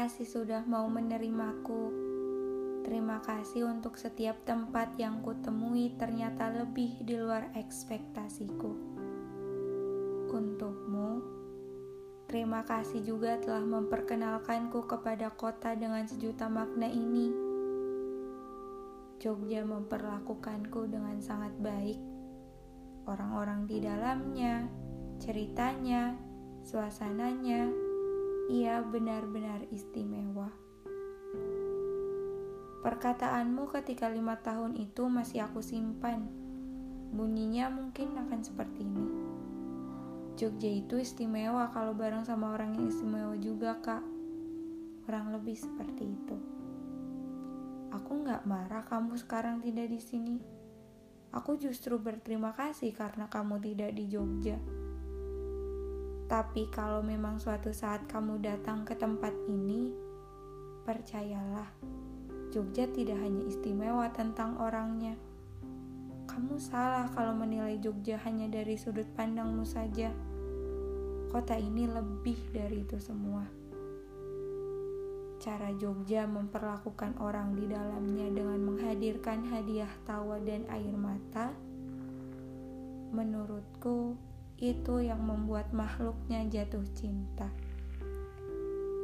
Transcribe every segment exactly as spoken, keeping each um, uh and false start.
kasih sudah mau menerimaku. Terima kasih untuk setiap tempat yang kutemui ternyata lebih di luar ekspektasiku. Untukmu, terima kasih juga telah memperkenalkanku kepada kota dengan sejuta makna ini. Jogja memperlakukanku dengan sangat baik. Orang-orang di dalamnya, ceritanya, suasananya, ia benar-benar istimewa. Perkataanmu ketika lima tahun itu masih aku simpan. Bunyinya mungkin akan seperti ini. Jogja itu istimewa kalau bareng sama orang yang istimewa juga, Kak. Kurang lebih seperti itu. Aku gak marah kamu sekarang tidak di sini. Aku justru berterima kasih karena kamu tidak di Jogja. Tapi kalau memang suatu saat kamu datang ke tempat ini, percayalah, Jogja tidak hanya istimewa tentang orangnya. Kamu salah kalau menilai Jogja hanya dari sudut pandangmu saja. Kota ini lebih dari itu semua. Cara Jogja memperlakukan orang di dalamnya dengan menghadirkan hadiah tawa dan air mata, menurutku itu yang membuat makhluknya jatuh cinta.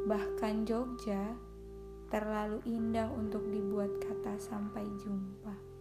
Bahkan Jogja terlalu indah untuk dibuat kata sampai jumpa.